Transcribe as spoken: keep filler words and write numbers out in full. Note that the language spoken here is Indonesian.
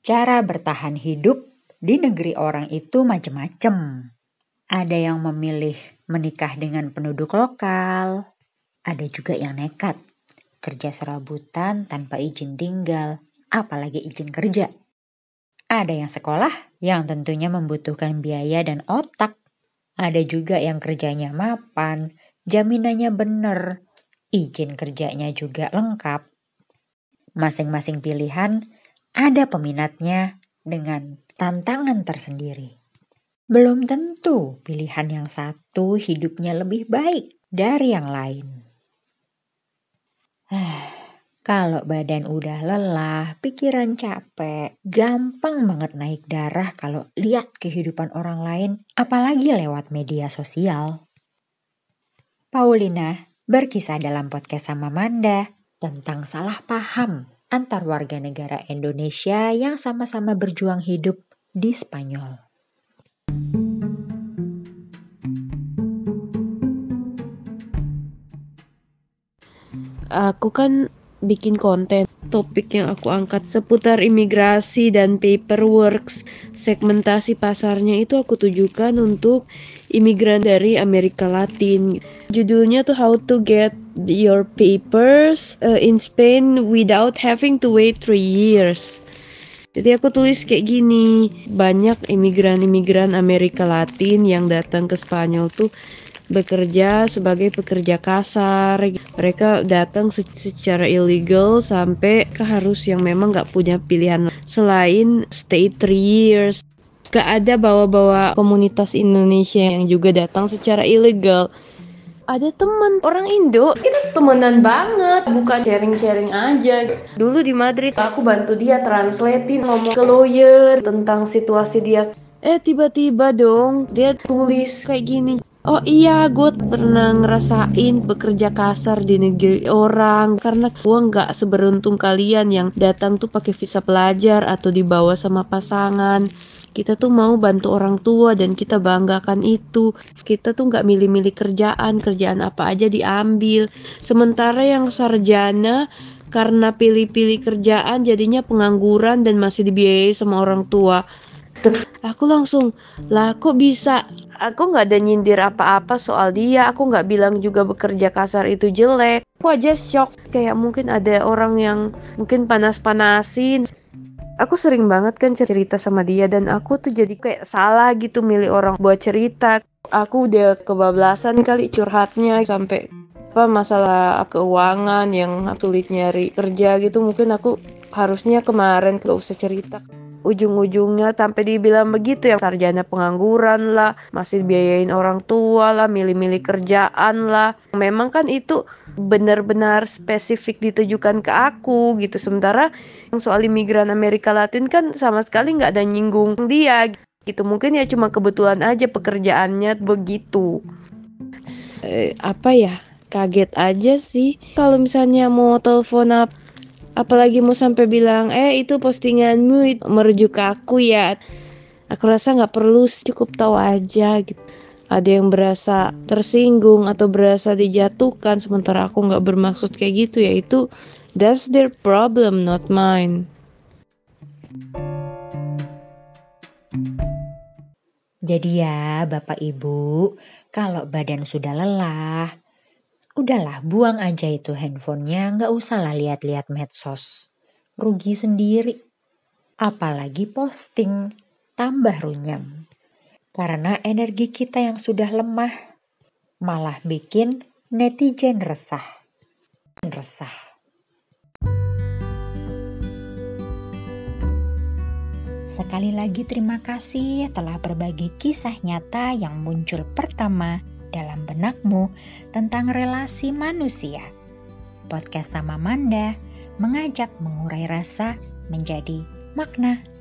Cara bertahan hidup di negeri orang itu macam-macam. Ada yang memilih menikah dengan penduduk lokal, ada juga yang nekat kerja serabutan tanpa izin tinggal, apalagi izin kerja. Ada yang sekolah yang tentunya membutuhkan biaya dan otak. Ada juga yang kerjanya mapan, jaminannya bener, izin kerjanya juga lengkap. Masing-masing pilihan ada peminatnya dengan tantangan tersendiri. Belum tentu pilihan yang satu hidupnya lebih baik dari yang lain. Kalau badan udah lelah, pikiran capek, gampang banget naik darah kalau lihat kehidupan orang lain, apalagi lewat media sosial. Paulina berkisah dalam podcast sama Manda tentang salah paham antar warga negara Indonesia yang sama-sama berjuang hidup di Spanyol. Aku kan bikin konten, topik yang aku angkat seputar imigrasi dan paperwork, segmentasi pasarnya itu aku tujukan untuk imigran dari Amerika Latin. Judulnya tuh How to Get Your Papers uh, in Spain Without Having to Wait three years. Jadi aku tulis kayak gini, banyak imigran-imigran Amerika Latin yang datang ke Spanyol tuh bekerja sebagai pekerja kasar. Mereka datang secara illegal sampai ke harus yang memang gak punya pilihan selain stay three years. Gak ada bawa-bawa komunitas Indonesia yang juga datang secara ilegal. Ada teman orang Indo, kita temenan banget, bukan sharing-sharing aja. Dulu di Madrid aku bantu dia translatein, ngomong ke lawyer tentang situasi dia. Eh tiba-tiba dong dia tulis kayak gini, oh iya, gue pernah ngerasain bekerja kasar di negeri orang karena gue nggak seberuntung kalian yang datang tuh pakai visa pelajar atau dibawa sama pasangan. Kita tuh mau bantu orang tua dan kita banggakan itu. Kita tuh nggak milih-milih kerjaan, kerjaan apa aja diambil. Sementara yang sarjana karena pilih-pilih kerjaan jadinya pengangguran dan masih dibiayai sama orang tua. Aku langsung, lah kok bisa? Aku gak ada nyindir apa-apa soal dia. Aku gak bilang juga bekerja kasar itu jelek. Aku aja shock. Kayak mungkin ada orang yang mungkin panas-panasin. Aku sering banget kan cerita sama dia. Dan aku tuh jadi kayak salah gitu milih orang buat cerita. Aku udah kebablasan kali curhatnya. Sampai apa masalah keuangan yang sulit nyari kerja gitu. Mungkin aku harusnya kemarin gak usah cerita. Ujung-ujungnya sampai dibilang begitu ya, sarjana pengangguran lah, masih biayain orang tua lah, milih-milih kerjaan lah. Memang kan itu benar-benar spesifik ditujukan ke aku gitu. Sementara yang soal imigran Amerika Latin kan sama sekali nggak ada nyinggung dia gitu. Mungkin ya cuma kebetulan aja pekerjaannya begitu. Eh, apa ya? Kaget aja sih kalau misalnya mau telepon apa. Apalagi mau sampai bilang, eh itu postinganmu itu merujuk ke aku ya. Aku rasa gak perlu, cukup tahu aja gitu. Ada yang berasa tersinggung atau berasa dijatuhkan, sementara aku gak bermaksud kayak gitu, yaitu that's their problem, not mine. Jadi ya Bapak Ibu, kalau badan sudah lelah, udahlah buang aja itu handphonenya, gak usah lah lihat-lihat medsos. Rugi sendiri. Apalagi posting, tambah runyam. Karena energi kita yang sudah lemah, malah bikin netizen resah. Resah. Sekali lagi terima kasih telah berbagi kisah nyata yang muncul pertama dalam benakmu tentang relasi manusia. Podcast sama Manda mengajak mengurai rasa menjadi makna.